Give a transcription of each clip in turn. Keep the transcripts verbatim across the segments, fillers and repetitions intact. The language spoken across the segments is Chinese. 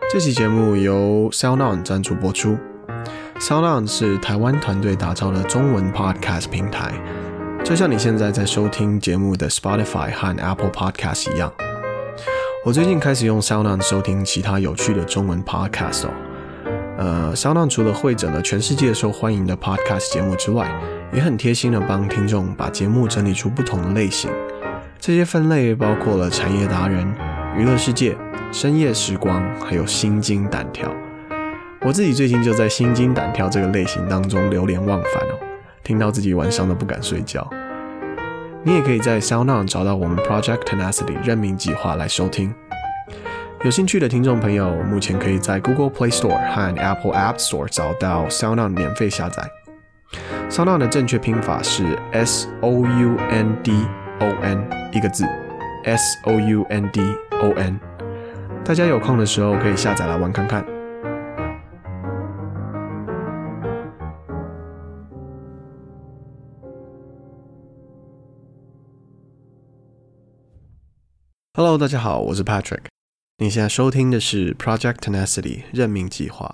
这期节目由 SoundOn 赞助播出。SoundOn 是台湾团队打造的中文 podcast 平台，就像你现在在收听节目的 Spotify 和 Apple Podcast 一样。我最近开始用 SoundOn 收听其他有趣的中文 podcast 哦。呃 SoundOn 除了汇整了全世界受欢迎的 podcast 节目之外，也很贴心的帮听众把节目整理出不同的类型。这些分类包括了产业达人、娱乐世界、深夜时光，还有心惊胆跳。我自己最近就在心惊胆跳这个类型当中流连忘返哦，听到自己晚上都不敢睡觉。你也可以在 SoundOn 找到我们 Project Tenacity 任命计划来收听。有兴趣的听众朋友，目前可以在 Google Play Store 和 Apple App Store 找到 SoundOn 免费下载。SoundOn 的正确拼法是 S O U N D O N 一个字 S O U N D O N， 大家有空的时候可以下载来玩看看。Hello， 大家好，我是 Patrick。你现在收听的是 Project Tenacity 任命计划。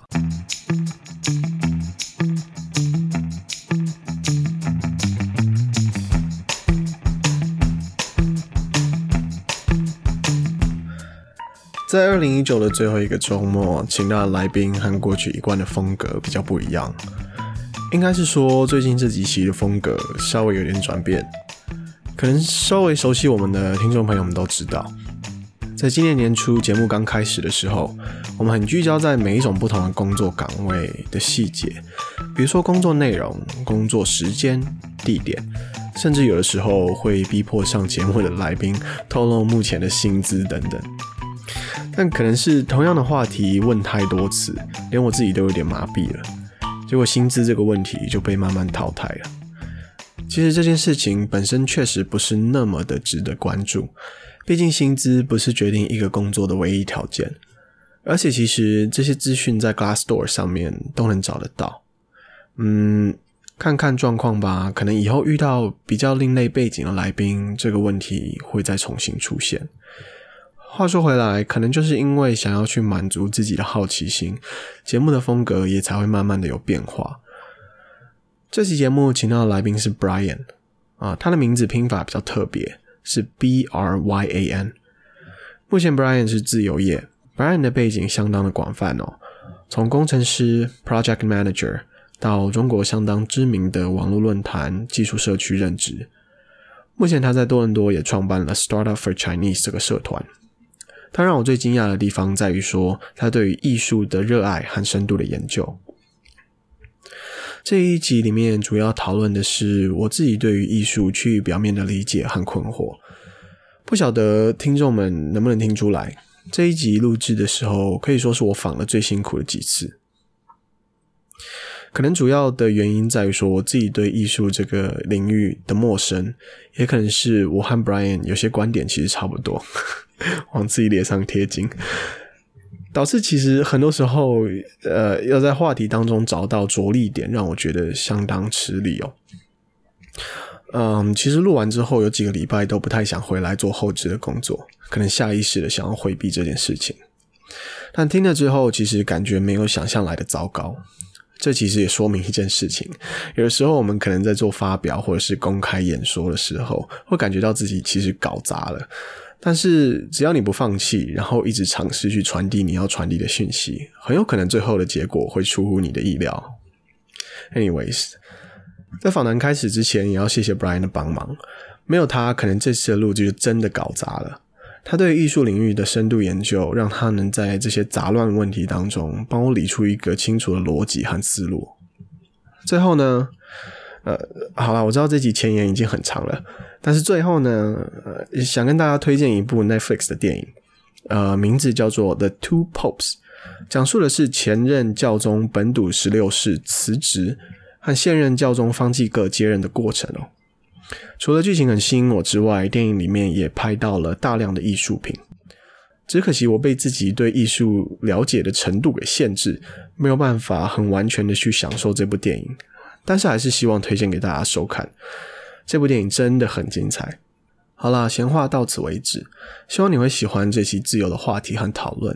在二零一九的最后一个周末，请到的来宾和过去一贯的风格比较不一样。应该是说，最近这几期的风格稍微有点转变。可能稍微熟悉我们的听众朋友们都知道，在今年年初节目刚开始的时候，我们很聚焦在每一种不同的工作岗位的细节，比如说工作内容、工作时间、地点，甚至有的时候会逼迫上节目的来宾透露目前的薪资等等。但可能是同样的话题问太多次，连我自己都有点麻痹了，结果薪资这个问题就被慢慢淘汰了。其实这件事情本身确实不是那么的值得关注，毕竟薪资不是决定一个工作的唯一条件，而且其实这些资讯在 Glassdoor 上面都能找得到。嗯，看看状况吧，可能以后遇到比较另类背景的来宾，这个问题会再重新出现。话说回来，可能就是因为想要去满足自己的好奇心，节目的风格也才会慢慢的有变化。这期节目请到的来宾是 Brian， 啊，他的名字拼法比较特别，是 B R Y A N。目前 Brian 是自由业 ，Brian 的背景相当的广泛哦，从工程师、Project Manager 到中国相当知名的网络论坛、技术社区任职。目前他在多伦多也创办了 Startup for Chinese 这个社团。他让我最惊讶的地方在于说，他对于艺术的热爱和深度的研究。这一集里面主要讨论的是我自己对于艺术趋于表面的理解和困惑。不晓得听众们能不能听出来，这一集录制的时候可以说是我访了最辛苦的几次。可能主要的原因在于说我自己对艺术这个领域的陌生，也可能是我和 Brian 有些观点其实差不多，往自己脸上贴金。导致其实很多时候呃，要在话题当中找到着力点，让我觉得相当吃力哦。嗯，其实录完之后有几个礼拜都不太想回来做后制的工作，可能下意识的想要回避这件事情。但听了之后其实感觉没有想象来的糟糕。这其实也说明一件事情，有的时候我们可能在做发表或者是公开演说的时候，会感觉到自己其实搞砸了。但是只要你不放弃，然后一直尝试去传递你要传递的讯息，很有可能最后的结果会出乎你的意料。Anyways， 在访谈开始之前也要谢谢 Brian 的帮忙，没有他可能这次的录制就真的搞砸了。他对艺术领域的深度研究，让他能在这些杂乱问题当中帮我理出一个清楚的逻辑和思路。最后呢呃，好啦，我知道这集前言已经很长了，但是最后呢，呃，想跟大家推荐一部 Netflix 的电影，呃，名字叫做 The Two Popes， 讲述的是前任教宗本笃十六世辞职和现任教宗方济各接任的过程哦。除了剧情很吸引我之外，电影里面也拍到了大量的艺术品。只可惜我被自己对艺术了解的程度给限制，没有办法很完全的去享受这部电影。但是还是希望推荐给大家收看，这部电影真的很精彩。好啦，闲话到此为止，希望你会喜欢这期自由的话题和讨论。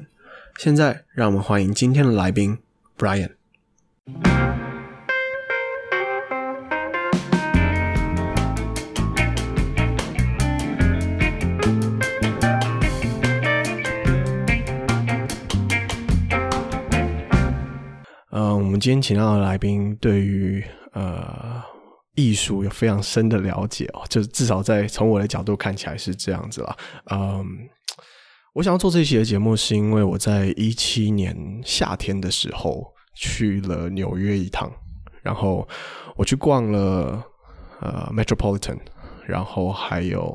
现在让我们欢迎今天的来宾 Brian。呃，我们今天请到的来宾对于呃艺术有非常深的了解哦，就至少在从我的角度看起来是这样子啦。嗯，我想要做这一期的节目是因为我在一七年夏天的时候去了纽约一趟，然后我去逛了呃 Metropolitan， 然后还有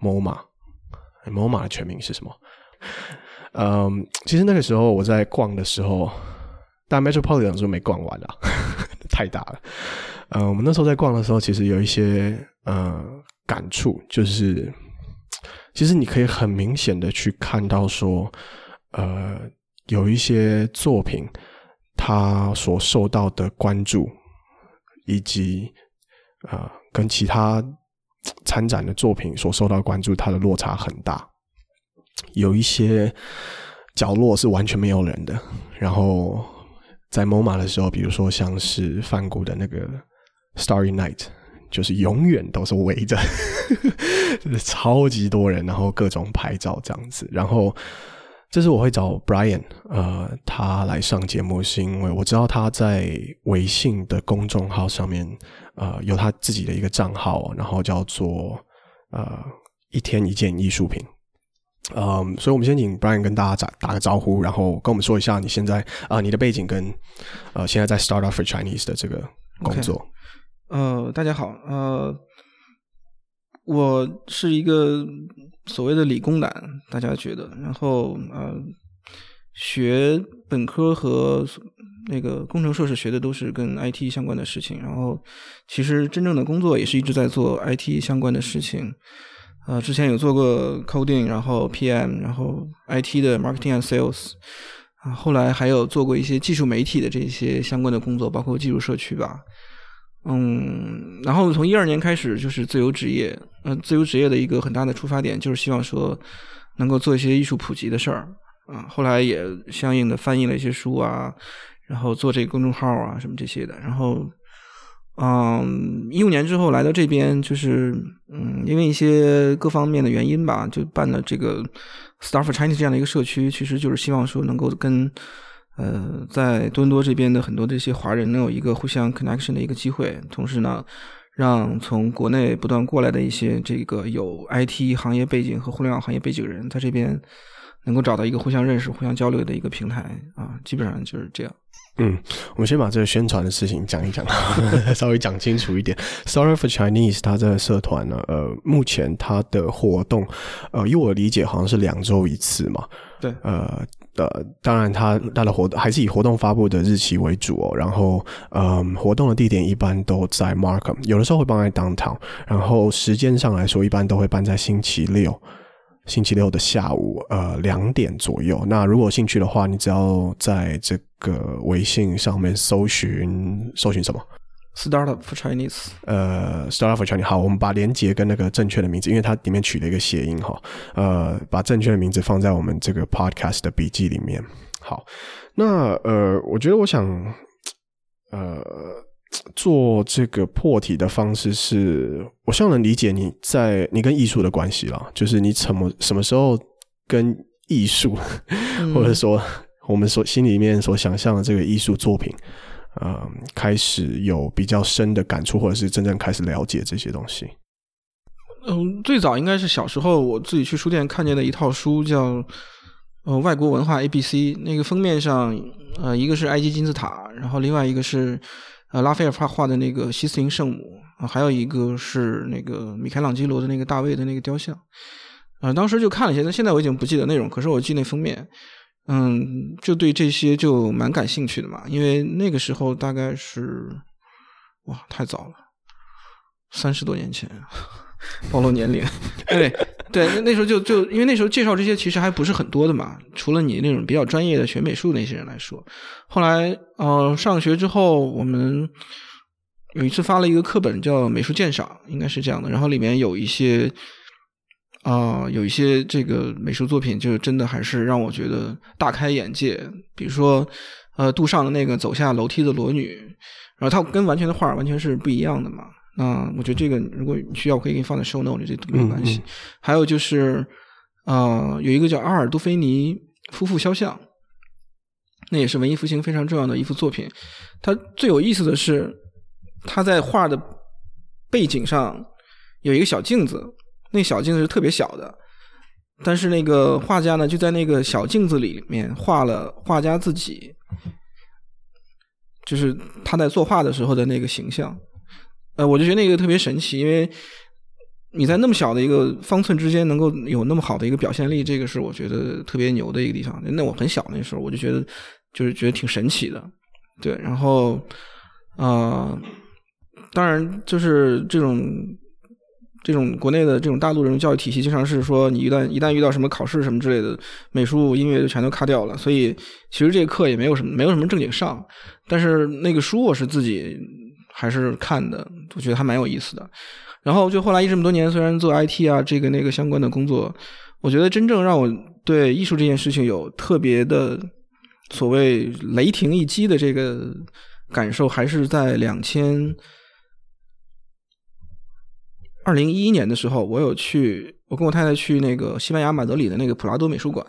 MoMA。MoMA 的全名是什么？嗯，其实那个时候我在逛的时候，但 Metropolitan 就没逛完啦，太大了。呃，我们那时候在逛的时候，其实有一些呃感触，就是其实你可以很明显的去看到说，呃，有一些作品它所受到的关注，以及呃跟其他参展的作品所受到的关注，它的落差很大。有一些角落是完全没有人的，然后在 MoMA 的时候，比如说像是梵谷的那个 Starry Night， 就是永远都是围着超级多人，然后各种拍照这样子。然后这是我会找 Brian 呃，他来上节目是因为我知道他在微信的公众号上面呃有他自己的一个账号，然后叫做呃一天一件艺术品。嗯，所以我们先请 Brian 跟大家打打个招呼，然后跟我们说一下你现在啊、呃、你的背景跟呃现在在 Startup for Chinese 的这个工作。 Okay. 呃，大家好，呃，我是一个所谓的理工男，大家觉得，然后呃，学本科和那个工程硕士学的都是跟 I T 相关的事情，然后其实真正的工作也是一直在做 I T 相关的事情。呃，之前有做过 coding， 然后 P M， 然后 I T 的 marketing and sales， 啊，后来还有做过一些技术媒体的这些相关的工作，包括技术社区吧。嗯，然后从一二年开始就是自由职业，呃，自由职业的一个很大的出发点就是希望说能够做一些艺术普及的事儿啊。后来也相应的翻译了一些书啊，然后做这个公众号啊什么这些的，然后。嗯，一五年之后来到这边，就是嗯，因为一些各方面的原因吧，就办了这个 Startup for Chinese 这样的一个社区，其实就是希望说能够跟呃在多伦多这边的很多这些华人能有一个互相 connection 的一个机会，同时呢，让从国内不断过来的一些这个有 I T 行业背景和互联网行业背景的人，在这边能够找到一个互相认识、互相交流的一个平台啊，基本上就是这样。 嗯，我们先把这个宣传的事情讲一讲，稍微讲清楚一点。Startup for Chinese 它这个社团呢，呃，目前它的活动，呃，以我的理解好像是两周一次嘛。 对， 呃呃，当然它它的活动还是以活动发布的日期为主哦。然后，嗯，活动的地点一般都在 Markham， 有的时候会办在 Downtown， 然后时间上来说，一般都会办在星期六。星期六的下午，呃，两点左右。那如果有兴趣的话，你只要在这个微信上面搜寻，搜寻什么 ？Startup for Chinese。 呃 ，Startup for Chinese。好，我们把连结跟那个正确的名字，因为它里面取了一个谐音哈，呃，把正确的名字放在我们这个 podcast 的笔记里面。好，那呃，我觉得我想，呃。做这个破题的方式是，我希望能理解你在你跟艺术的关系啦，就是你什么什么时候跟艺术，嗯、或者说我们所心里面所想象的这个艺术作品，呃，开始有比较深的感触，或者是真正开始了解这些东西。 嗯，最早应该是小时候我自己去书店看见的一套书，叫呃外国文化 A B C， 那个封面上，呃，一个是埃及金字塔，然后另外一个是。呃，拉斐尔画的那个西斯廷圣母、呃、还有一个是那个米开朗基罗的那个大卫的那个雕像。呃，当时就看了一些，但现在我已经不记得内容，可是我记那封面，嗯，就对这些就蛮感兴趣的嘛，因为那个时候大概是，哇，太早了，三十多年前，暴露年龄。对对，那时候就就因为那时候介绍这些其实还不是很多的嘛，除了你那种比较专业的学美术那些人来说。后来呃上学之后，我们有一次发了一个课本叫美术鉴赏，应该是这样的，然后里面有一些啊、呃，有一些这个美术作品就真的还是让我觉得大开眼界，比如说呃杜尚的那个走下楼梯的裸女，然后它跟完全的画完全是不一样的嘛。那我觉得这个如果你需要，我可以给你放在 show note 这都没有关系。嗯嗯，还有就是呃有一个叫阿尔都菲尼夫妇肖像，那也是文艺复兴非常重要的一幅作品。它最有意思的是他在画的背景上有一个小镜子，那小镜子是特别小的，但是那个画家呢就在那个小镜子里面画了画家自己，就是他在作画的时候的那个形象。呃，我就觉得那个特别神奇，因为你在那么小的一个方寸之间能够有那么好的一个表现力，这个是我觉得特别牛的一个地方。那我很小那时候我就觉得就是觉得挺神奇的。对，然后呃当然就是这种这种国内的这种大陆人教育体系经常是说你一旦一旦遇到什么考试什么之类的，美术音乐就全都卡掉了，所以其实这个课也没有什么没有什么正经上，但是那个书我是自己还是看的，我觉得还蛮有意思的。然后就后来一这么多年虽然做 I T 啊这个那个相关的工作，我觉得真正让我对艺术这件事情有特别的所谓雷霆一击的这个感受，还是在两千二零一一年的时候，我有去我跟我太太去那个西班牙马德里的那个普拉多美术馆，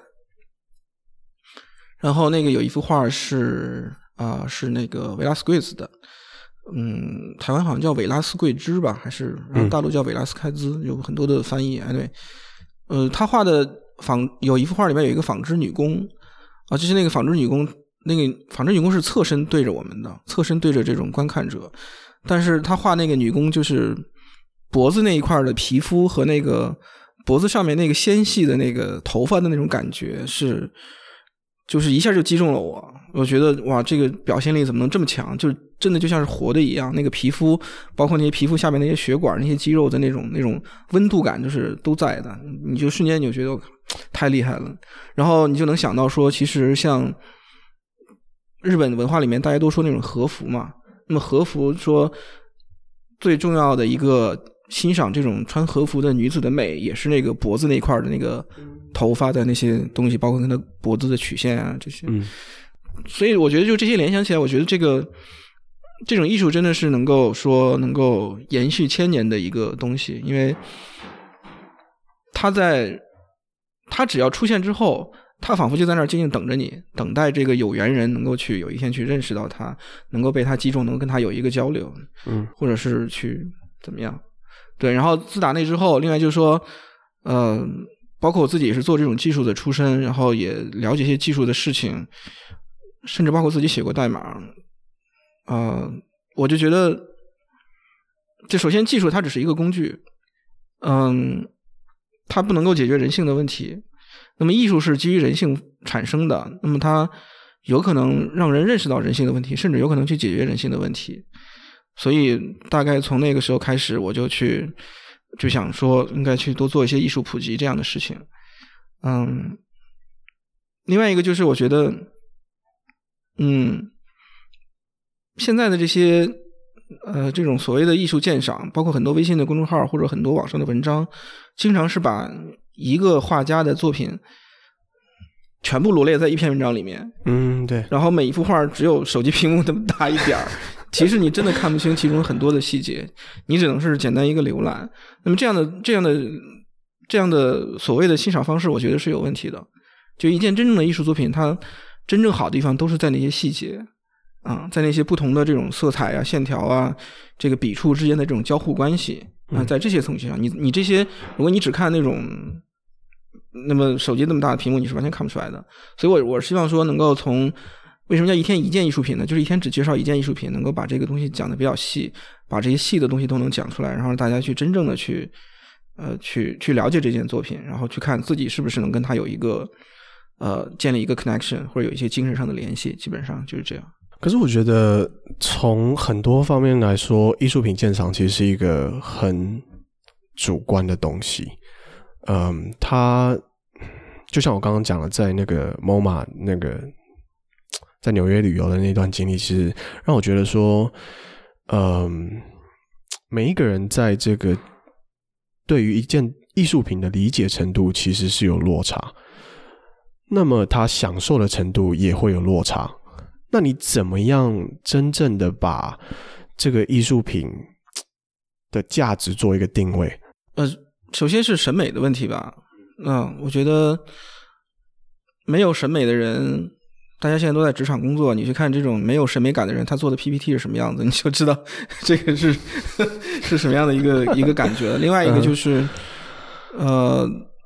然后那个有一幅画是啊、呃、是那个维拉斯贵兹的，嗯，台湾好像叫维拉斯贵兹吧，还是然后大陆叫维拉斯开兹，有很多的翻译。哎，对，呃，他画的纺有一幅画里面有一个纺织女工啊，就是那个纺织女工，那个纺织女工是侧身对着我们的，侧身对着这种观看者，但是他画那个女工就是脖子那一块的皮肤和那个脖子上面那个纤细的那个头发的那种感觉是。就是一下就击中了我，我觉得哇，这个表现力怎么能这么强？就真的就像是活的一样，那个皮肤，包括那些皮肤下面那些血管、那些肌肉的那种那种温度感，就是都在的。你就瞬间你就觉得太厉害了，然后你就能想到说，其实像日本文化里面大家都说那种和服嘛，那么和服说最重要的一个欣赏这种穿和服的女子的美，也是那个脖子那块的那个头发的那些东西，包括跟她脖子的曲线啊这些。嗯，所以我觉得就这些联想起来，我觉得这个这种艺术真的是能够说能够延续千年的一个东西，因为它在它只要出现之后，它仿佛就在那儿静静等着你，等待这个有缘人能够去有一天去认识到它，能够被它击中，能够跟它有一个交流，嗯，或者是去怎么样。对，然后自打那之后，另外就是说，呃，包括我自己也是做这种技术的出身，然后也了解一些技术的事情，甚至包括自己写过代码，呃，我就觉得，这首先技术它只是一个工具，嗯，它不能够解决人性的问题。那么艺术是基于人性产生的，那么它有可能让人认识到人性的问题，甚至有可能去解决人性的问题。所以大概从那个时候开始，我就去就想说应该去多做一些艺术普及这样的事情。嗯，另外一个就是我觉得嗯现在的这些呃这种所谓的艺术鉴赏，包括很多微信的公众号或者很多网上的文章，经常是把一个画家的作品全部罗列在一篇文章里面。 嗯，对。 然后每一幅画只有手机屏幕那么大一点儿，其实你真的看不清其中很多的细节，你只能是简单一个浏览。那么这样的这样的这样的所谓的欣赏方式，我觉得是有问题的。就一件真正的艺术作品，它真正好的地方都是在那些细节啊，在那些不同的这种色彩啊、线条啊、这个笔触之间的这种交互关系啊，在这些层级上，你你这些，如果你只看那种。那么手机那么大的屏幕你是完全看不出来的，所以我我希望说能够从为什么叫一天一件艺术品呢？就是一天只介绍一件艺术品，能够把这个东西讲得比较细，把这些细的东西都能讲出来，然后让大家去真正的去呃去去了解这件作品，然后去看自己是不是能跟它有一个呃建立一个 connection 或者有一些精神上的联系，基本上就是这样。 可是我觉得从很多方面来说，艺术品鉴赏其实是一个很主观的东西。嗯，他就像我刚刚讲的，在那个 M O M A 那个在纽约旅游的那段经历，其实让我觉得说，嗯，每一个人在这个对于一件艺术品的理解程度其实是有落差，那么他享受的程度也会有落差。那你怎么样真正的把这个艺术品的价值做一个定位？ 呃，首先是审美的问题吧。嗯，我觉得没有审美的人，大家现在都在职场工作，你去看这种没有审美感的人，他做的 P P T 是什么样子，你就知道这个是是什么样的一个一个感觉。另外一个就是，呃，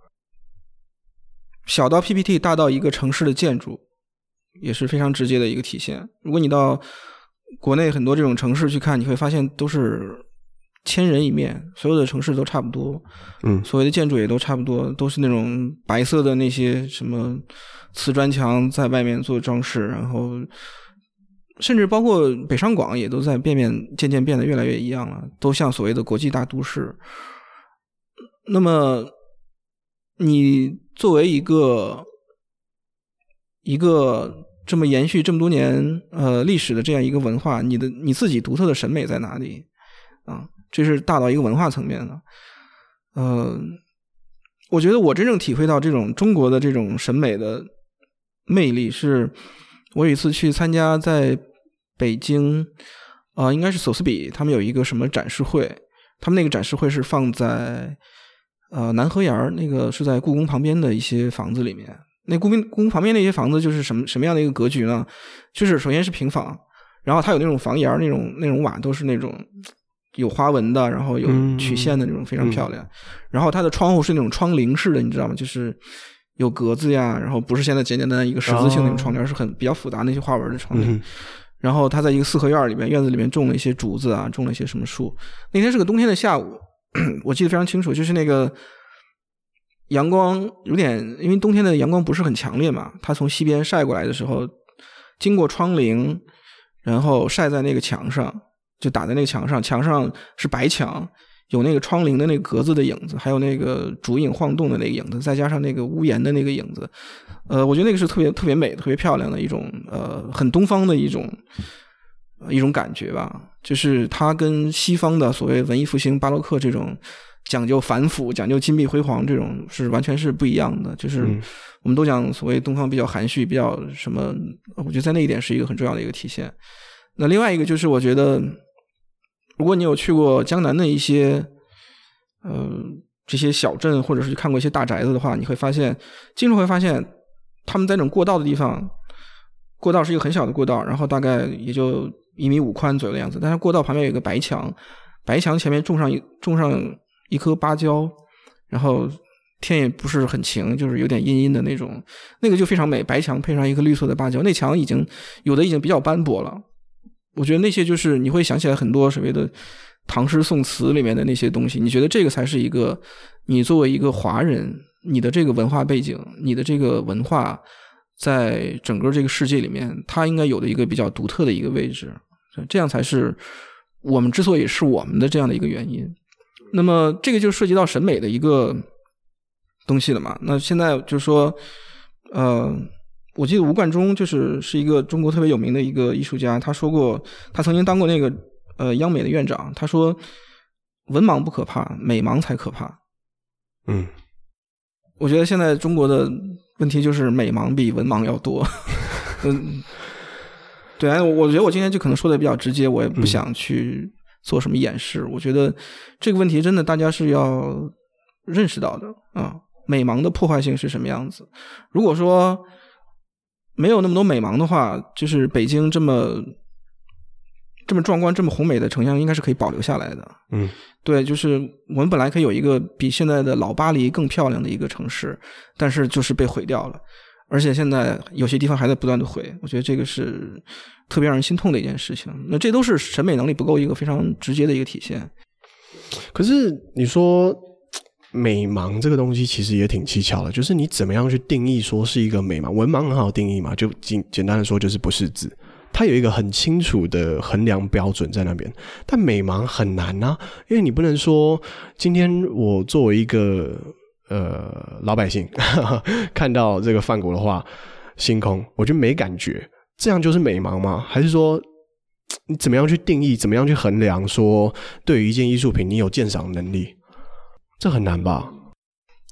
小到 P P T， 大到一个城市的建筑，也是非常直接的一个体现。如果你到国内很多这种城市去看，你会发现都是千人一面，所有的城市都差不多， 嗯， 所谓的建筑也都差不多，都是那种白色的那些什么瓷砖墙在外面做装饰，然后甚至包括北上广也都在变变渐渐变得越来越一样了，都像所谓的国际大都市。那么你作为一个一个这么延续这么多年呃历史的这样一个文化，你的你自己独特的审美在哪里啊？这是大到一个文化层面的。呃，我觉得我真正体会到这种中国的这种审美的魅力，是我有一次去参加在北京啊、呃，应该是索斯比，他们有一个什么展示会，他们那个展示会是放在呃南河沿，那个是在故宫旁边的一些房子里面。那故宫故宫旁边那些房子就是什么什么样的一个格局呢？就是首先是平房，然后它有那种房檐，那种那种瓦都是那种有花纹的，然后有曲线的那种，非常漂亮、嗯、然后它的窗户是那种窗棂式的，你知道吗？就是有格子呀，然后不是现在简简单单一个十字性那种窗帘、哦、是很比较复杂那些花纹的窗帘、嗯、然后它在一个四合院里面，院子里面种了一些竹子啊，种了一些什么树。那天是个冬天的下午，我记得非常清楚，就是那个阳光有点，因为冬天的阳光不是很强烈嘛，它从西边晒过来的时候，经过窗棂，然后晒在那个墙上，就打在那个墙上，墙上是白墙，有那个窗棂的那个格子的影子，还有那个烛影晃动的那个影子，再加上那个屋檐的那个影子，呃，我觉得那个是特别特别美特别漂亮的一种呃很东方的一种、呃、一种感觉吧。就是它跟西方的所谓文艺复兴巴洛克这种讲究繁复讲究金碧辉煌这种是完全是不一样的。就是我们都讲所谓东方比较含蓄比较什么，我觉得在那一点是一个很重要的一个体现。那另外一个就是我觉得如果你有去过江南的一些呃这些小镇，或者是看过一些大宅子的话，你会发现经常会发现他们在那种过道的地方，过道是一个很小的过道，然后大概也就一米五宽左右的样子，但是过道旁边有一个白墙，白墙前面种上一种上一棵芭蕉，然后天也不是很晴，就是有点阴阴的那种，那个就非常美，白墙配上一棵绿色的芭蕉，那墙已经有的已经比较斑驳了。我觉得那些就是你会想起来很多所谓的唐诗宋词里面的那些东西，你觉得这个才是一个你作为一个华人，你的这个文化背景，你的这个文化在整个这个世界里面它应该有的一个比较独特的一个位置，这样才是我们之所以是我们的这样的一个原因。那么这个就涉及到审美的一个东西了嘛。那现在就是说呃我记得吴冠中就是是一个中国特别有名的一个艺术家，他说过他曾经当过那个呃央美的院长，他说文盲不可怕，美盲才可怕。 嗯， 我觉得现在中国的问题就是美盲比文盲要多。嗯，对啊，我觉得我今天就可能说的比较直接，我也不想去做什么掩饰、嗯、我觉得这个问题真的大家是要认识到的啊，美盲的破坏性是什么样子。如果说没有那么多美盲的话，就是北京这么这么壮观这么宏美的城乡应该是可以保留下来的。 嗯， 对，就是我们本来可以有一个比现在的老巴黎更漂亮的一个城市，但是就是被毁掉了，而且现在有些地方还在不断的毁，我觉得这个是特别让人心痛的一件事情。那这都是审美能力不够一个非常直接的一个体现。 可是你说美盲这个东西其实也挺蹊跷的，就是你怎么样去定义说是一个美盲？文盲很好定义嘛，就简简单的说就是不识字，它有一个很清楚的衡量标准在那边。但美盲很难啊，因为你不能说今天我作为一个呃老百姓看到这个梵谷的画星空我就没感觉，这样就是美盲吗？还是说你怎么样去定义，怎么样去衡量说对于一件艺术品你有鉴赏能力？这很难吧。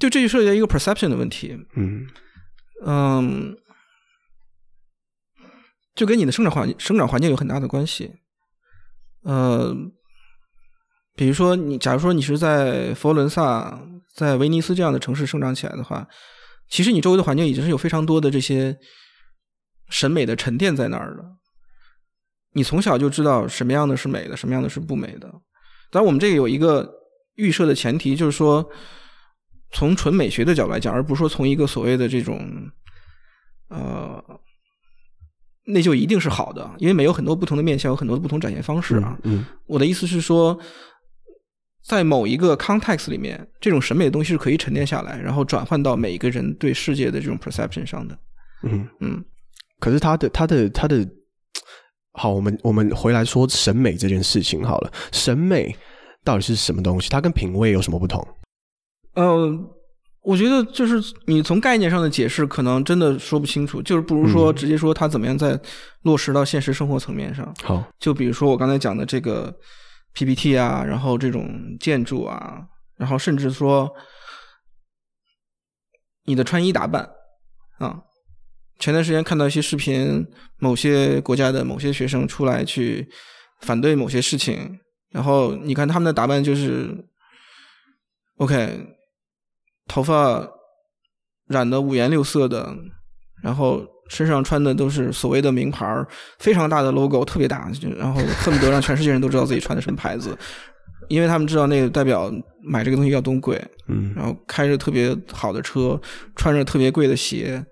就这就涉及到一个 perception 的问题。 嗯嗯，就跟你的生长环生长环境有很大的关系。呃，比如说你，假如说你是在佛罗伦萨、在威尼斯这样的城市生长起来的话，其实你周围的环境已经是有非常多的这些审美的沉淀在那儿了。你从小就知道什么样的是美的，什么样的是不美的。当然，我们这个有一个预设的前提，就是说，从纯美学的角度来讲，而不是说从一个所谓的这种，呃，那就一定是好的，因为美有很多不同的面向，有很多的不同展现方式啊。 嗯，嗯我的意思是说，在某一个 context 里面，这种审美的东西是可以沉淀下来，然后转换到每一个人对世界的这种 perception 上的。 嗯嗯。 可是他的他的他的，好，我们我们回来说审美这件事情好了。审美到底是什么东西？它跟品味有什么不同？ 呃，我觉得就是你从概念上的解释，可能真的说不清楚，就是不如说直接说它怎么样在落实到现实生活层面上。 好， 就比如说我刚才讲的这个 P P T 啊，然后这种建筑啊，然后甚至说你的穿衣打扮啊。前段时间看到一些视频，某些国家的某些学生出来去反对某些事情，然后你看他们的打扮就是 OK， 头发染得五颜六色的，然后身上穿的都是所谓的名牌，非常大的 logo， 特别大，然后恨不得让全世界人都知道自己穿的什么牌子，因为他们知道那个代表买这个东西要多贵。 嗯， 然后开着特别好的车，穿着特别贵的鞋。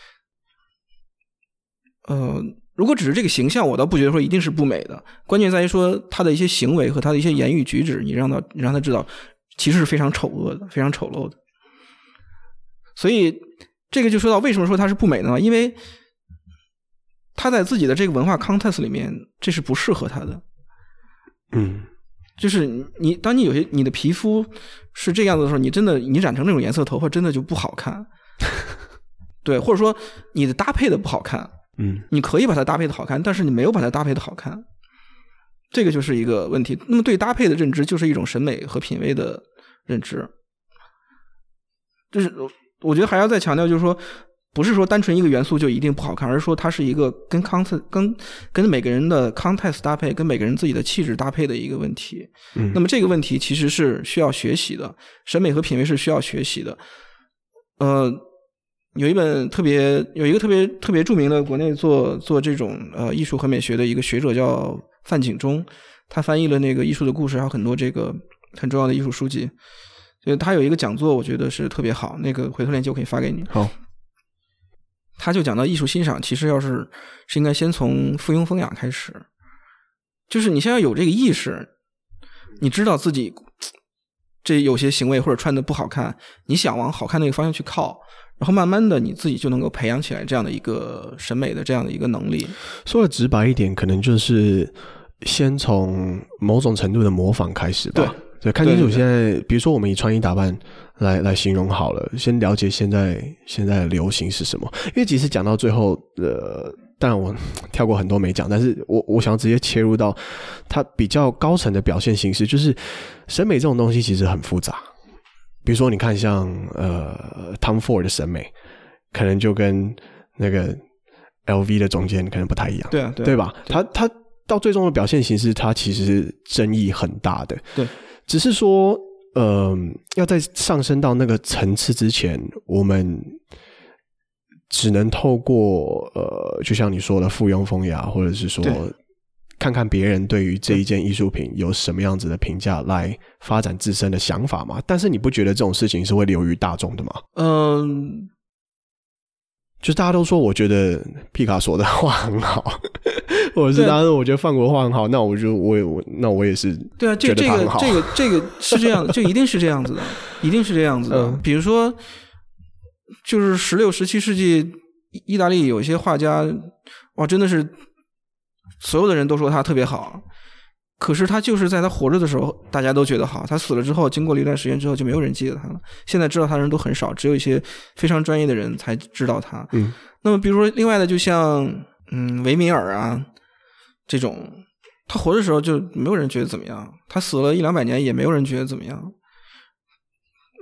呃，如果只是这个形象，我倒不觉得说一定是不美的。关键在于说他的一些行为和他的一些言语举止，你让他你让他知道，其实是非常丑恶的，非常丑陋的。所以这个就说到为什么说他是不美的呢？因为他在自己的这个文化 context 里面，这是不适合他的。 嗯， 就是你当你有些你的皮肤是这样子的时候，你真的你染成那种颜色头发真的就不好看。对，或者说你的搭配的不好看。 嗯， 你可以把它搭配的好看，但是你没有把它搭配的好看，这个就是一个问题。那么对搭配的认知就是一种审美和品味的认知。就是我觉得还要再强调，就是说不是说单纯一个元素就一定不好看，而是说它是一个跟 context 跟跟每个人的 context 搭配，跟每个人自己的气质搭配的一个问题。 嗯， 那么这个问题其实是需要学习的，审美和品味是需要学习的。呃有一本特别有一个特别特别著名的国内做做这种呃艺术和美学的一个学者叫范景忠，他翻译了那个艺术的故事，还有很多这个很重要的艺术书籍。所以他有一个讲座，我觉得是特别好，那个回头链接我可以发给你。 好， 他就讲到艺术欣赏，其实要是是应该先从附庸风雅开始，就是你先要有这个意识，你知道自己这有些行为或者穿的不好看，你想往好看那个方向去靠。然后慢慢的你自己就能够培养起来这样的一个审美的这样的一个能力。说的直白一点，可能就是先从某种程度的模仿开始吧。 对对，看清楚现在，对对对，比如说我们以穿衣打扮来来形容好了，先了解现在现在的流行是什么。因为其实讲到最后，呃，当然我跳过很多没讲，但是我我想要直接切入到它比较高层的表现形式，就是审美这种东西其实很复杂。比如说你看像呃 Tom Ford 的审美可能就跟那个 L V 的总监可能不太一样， 对啊，对啊， 对吧？ 对， 他他到最终的表现形式他其实争议很大的， 对， 只是说呃要在上升到那个层次之前，我们只能透过呃就像你说的附庸风雅，或者是说看看别人对于这一件艺术品有什么样子的评价来发展自身的想法嘛。但是你不觉得这种事情是会流于大众的吗？ 嗯， 就大家都说我觉得毕卡索的画很好，或者是大家说我觉得范国画很好，那我就我也我那我也是对啊，这觉得他很好。 这个这个这个是这样的，就一定是这样子的，一定是这样子的。嗯、比如说，就是十六、十七世纪意大利有一些画家，哇，真的是。所有的人都说他特别好，可是他就是在他活着的时候大家都觉得好，他死了之后经过了一段时间之后就没有人记得他了，现在知道他的人都很少，只有一些非常专业的人才知道他。 嗯， 那么比如说另外的就像嗯维米尔啊这种，他活着的时候就没有人觉得怎么样，他死了一两百年也没有人觉得怎么样。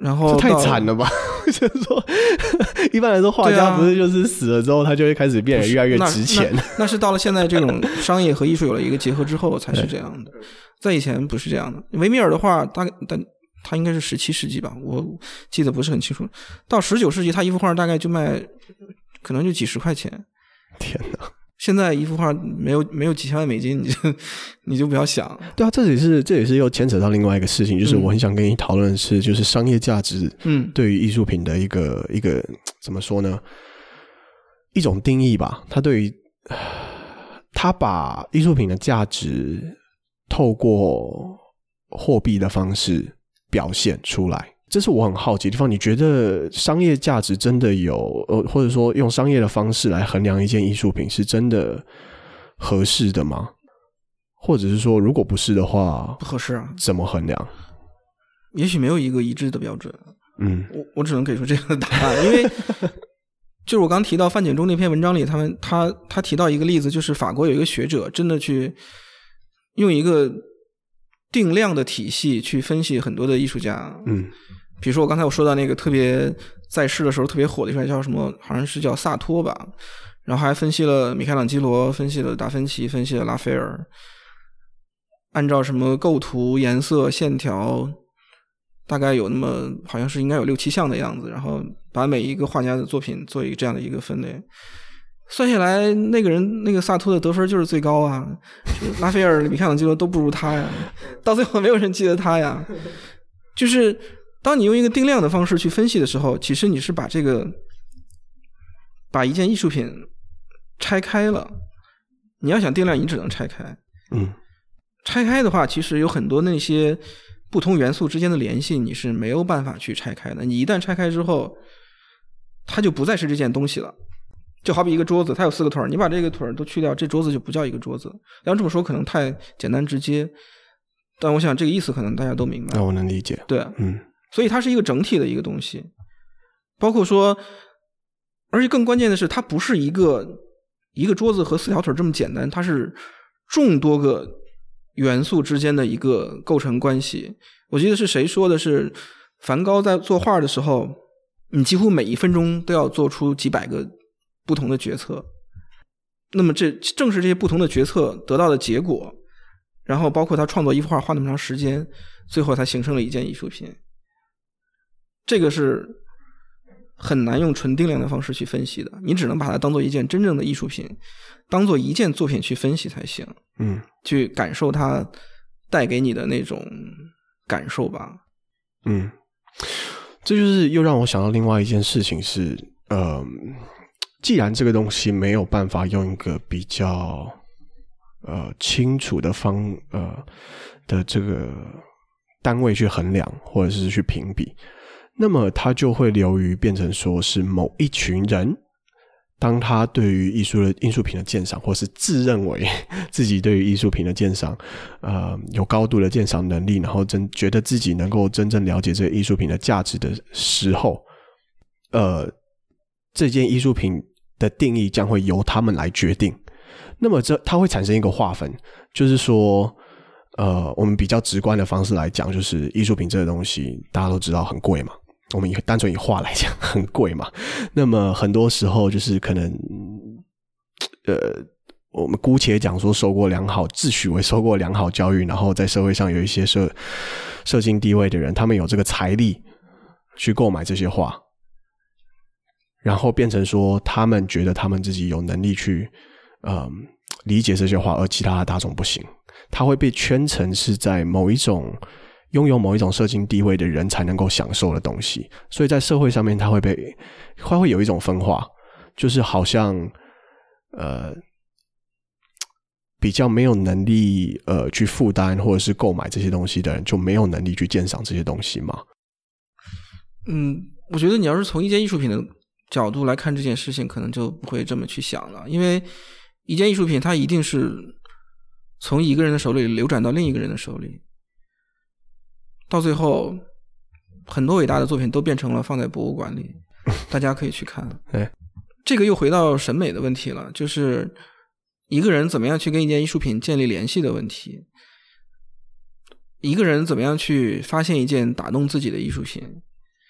然后太惨了吧就是说一般来说画家不是就是死了之后他就会开始变得越来越值钱， 那, 那, 那是到了现在这种商业和艺术有了一个结合之后才是这样的，在以前不是这样的。维米尔的画大概但他应该是十七世纪吧，我记得不是很清楚，到十九世纪他一幅画大概就卖可能就几十块钱。 天哪， 现在一幅画没有没有几千万美金，你就你就不要想。 对啊，这也是这也是又牵扯到另外一个事情，就是我很想跟你讨论的是，就是商业价值，嗯，对于艺术品的一个一个怎么说呢？一种定义吧。他对于他把艺术品的价值透过货币的方式表现出来。这是我很好奇的地方，你觉得商业价值真的有呃，或者说用商业的方式来衡量一件艺术品是真的合适的吗？或者是说如果不是的话不合适啊？ 怎么衡量？ 也许没有一个一致的标准。 嗯， 我我只能给出这样的答案，因为就是我刚提到范景中那篇文章里，他们他他提到一个例子，就是法国有一个学者真的去用一个定量的体系去分析很多的艺术家， 嗯。 比如说我刚才我说到那个特别在世的时候特别火的一个叫什么，好像是叫萨托吧，然后还分析了米开朗基罗，分析了达芬奇，分析了拉斐尔，按照什么构图、颜色、线条，大概有那么好像是应该有六七项的样子，然后把每一个画家的作品做一个这样的一个分类。算下来那个人那个萨托的得分就是最高啊，拉斐尔、米开朗基罗都不如他呀，到最后没有人记得他呀。就是当你用一个定量的方式去分析的时候，其实你是把这个把一件艺术品拆开了。你要想定量，你只能拆开。 嗯， 拆开的话，其实有很多那些不同元素之间的联系，你是没有办法去拆开的。你一旦拆开之后，它就不再是这件东西了。就好比一个桌子，它有四个腿，你把这个腿都去掉，这桌子就不叫一个桌子。要这么说可能太简单直接，但我想这个意思可能大家都明白。 那我能理解。 对， 嗯。 所以它是一个整体的一个东西，包括说，而且更关键的是，它不是一个一个桌子和四条腿这么简单，它是众多个元素之间的一个构成关系。我记得是谁说的是，梵高在作画的时候，你几乎每一分钟都要做出几百个不同的决策。那么这正是这些不同的决策得到的结果，然后包括他创作一幅画花那么长时间，最后才形成了一件艺术品。这个是很难用纯定量的方式去分析的，你只能把它当做一件真正的艺术品，当做一件作品去分析才行。 嗯， 去感受它带给你的那种感受吧。 嗯，这就是又让我想到另外一件事情是，呃，既然这个东西没有办法用一个比较呃清楚的方呃的这个单位去衡量或者是去评比，那么它就会流于变成说是某一群人，当他对于艺术的艺术品的鉴赏，或是自认为自己对于艺术品的鉴赏呃有高度的鉴赏能力，然后真觉得自己能够真正了解这个艺术品的价值的时候，呃这件艺术品的定义将会由他们来决定。那么这它会产生一个划分，就是说呃我们比较直观的方式来讲，就是艺术品这个东西大家都知道很贵嘛，我们以单纯以画来讲很贵嘛，那么很多时候就是可能呃我们姑且讲说受过良好自诩为受过良好教育，然后在社会上有一些社社经地位的人，他们有这个财力去购买这些画，然后变成说他们觉得他们自己有能力去呃理解这些画，而其他的大众不行，他会被圈成是在某一种拥有某一种社经地位的人才能够享受的东西，所以在社会上面它会被它会有一种分化，就是好像呃比较没有能力呃去负担或者是购买这些东西的人就没有能力去鉴赏这些东西吗？ 嗯，我觉得你要是从一件艺术品的角度来看这件事情，可能就不会这么去想了，因为一件艺术品它一定是从一个人的手里流转到另一个人的手里，到最后很多伟大的作品都变成了放在博物馆里大家可以去看。这个又回到审美的问题了，就是一个人怎么样去跟一件艺术品建立联系的问题，一个人怎么样去发现一件打动自己的艺术品，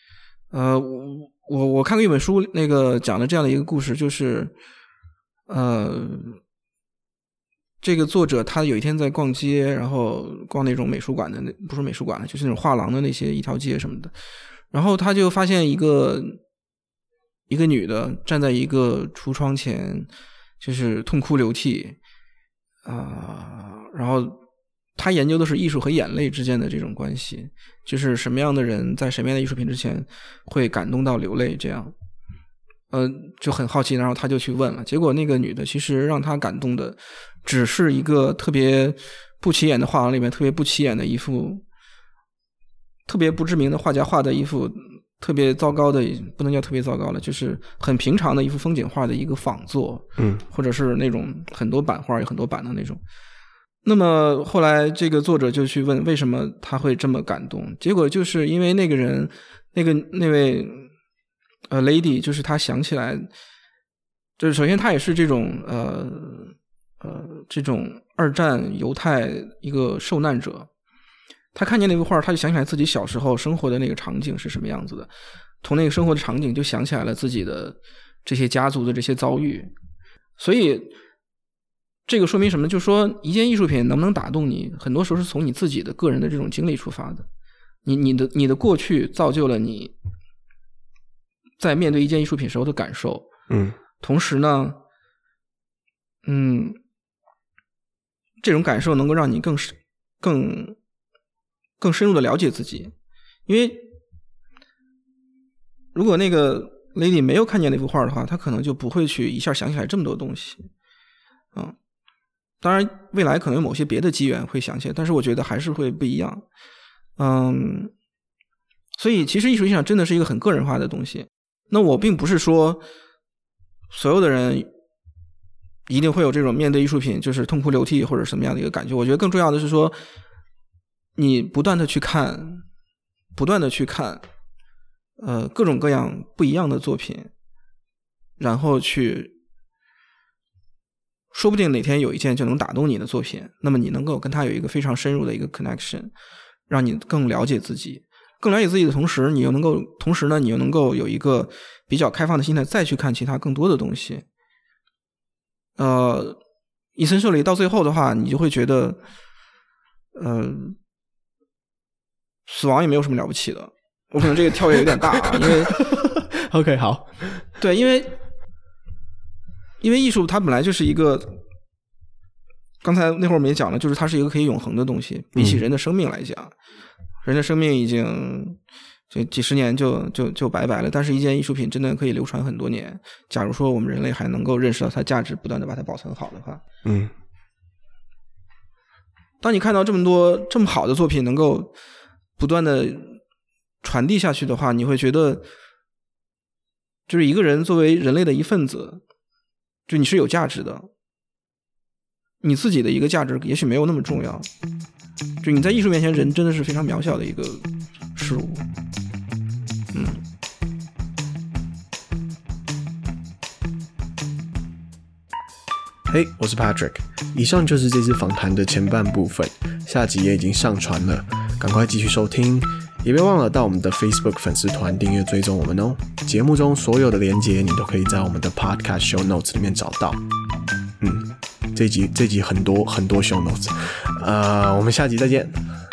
呃，我我我看过一本书，那个讲了这样的一个故事，就是呃，这个作者他有一天在逛街，然后逛那种美术馆的，不是美术馆了，就是那种画廊的那些一条街什么的，然后他就发现一个一个女的站在一个橱窗前，就是痛哭流涕啊、呃，然后他研究的是艺术和眼泪之间的这种关系，就是什么样的人在什么样的艺术品之前会感动到流泪，这样呃，就很好奇，然后他就去问了，结果那个女的其实让他感动的只是一个特别不起眼的画廊里面特别不起眼的一幅特别不知名的画家画的一幅特别糟糕的，不能叫特别糟糕了，就是很平常的一幅风景画的一个仿作， 嗯， 或者是那种很多版画有很多版的那种。那么后来这个作者就去问为什么他会这么感动，结果就是因为那个人那个那位呃 lady 就是他想起来，就是首先他也是这种呃呃这种二战犹太一个受难者，他看见那幅画他就想起来自己小时候生活的那个场景是什么样子的，从那个生活的场景就想起来了自己的这些家族的这些遭遇。所以这个说明什么，就是说一件艺术品能不能打动你，很多时候是从你自己的个人的这种经历出发的，你你的你的过去造就了你在面对一件艺术品时候的感受。 嗯， 同时呢嗯这种感受能够让你更更更深入的了解自己。因为如果那个 lady 没有看见那幅画的话，她可能就不会去一下想起来这么多东西。嗯，当然未来可能有某些别的机缘会想起来，但是我觉得还是会不一样。嗯，所以其实艺术欣赏真的是一个很个人化的东西。那我并不是说所有的人一定会有这种面对艺术品就是痛哭流涕或者什么样的一个感觉，我觉得更重要的是说你不断的去看不断的去看呃各种各样不一样的作品，然后去说不定哪天有一件就能打动你的作品，那么你能够跟它有一个非常深入的一个 connection， 让你更了解自己，更了解自己的同时你又能够同时呢你又能够有一个比较开放的心态再去看其他更多的东西。呃essentially到最后的话你就会觉得呃死亡也没有什么了不起的。我可能这个跳跃有点大啊，因为 OK 好， 对，因为因为艺术它本来就是一个，刚才那会儿我们也讲了，就是它是一个可以永恒的东西，比起人的生命来讲、嗯、人的生命已经就几十年就就就拜拜了，但是一件艺术品真的可以流传很多年，假如说我们人类还能够认识到它价值，不断的把它保存好的话。 嗯， 当你看到这么多这么好的作品能够不断的传递下去的话，你会觉得就是一个人作为人类的一份子，就你是有价值的，你自己的一个价值也许没有那么重要，就你在艺术面前人真的是非常渺小的一个事物。嗯， 嘿、hey, 我是 Patrick， 以上就是这次访谈的前半部分，下集也已经上传了，赶快继续收听，也别忘了到我们的 Facebook 粉丝团订阅追踪我们哦。节目中所有的连结你都可以在我们的 Podcast Show Notes 里面找到。嗯，这集这集很多很多 Show Notes， 呃，我们下集再见。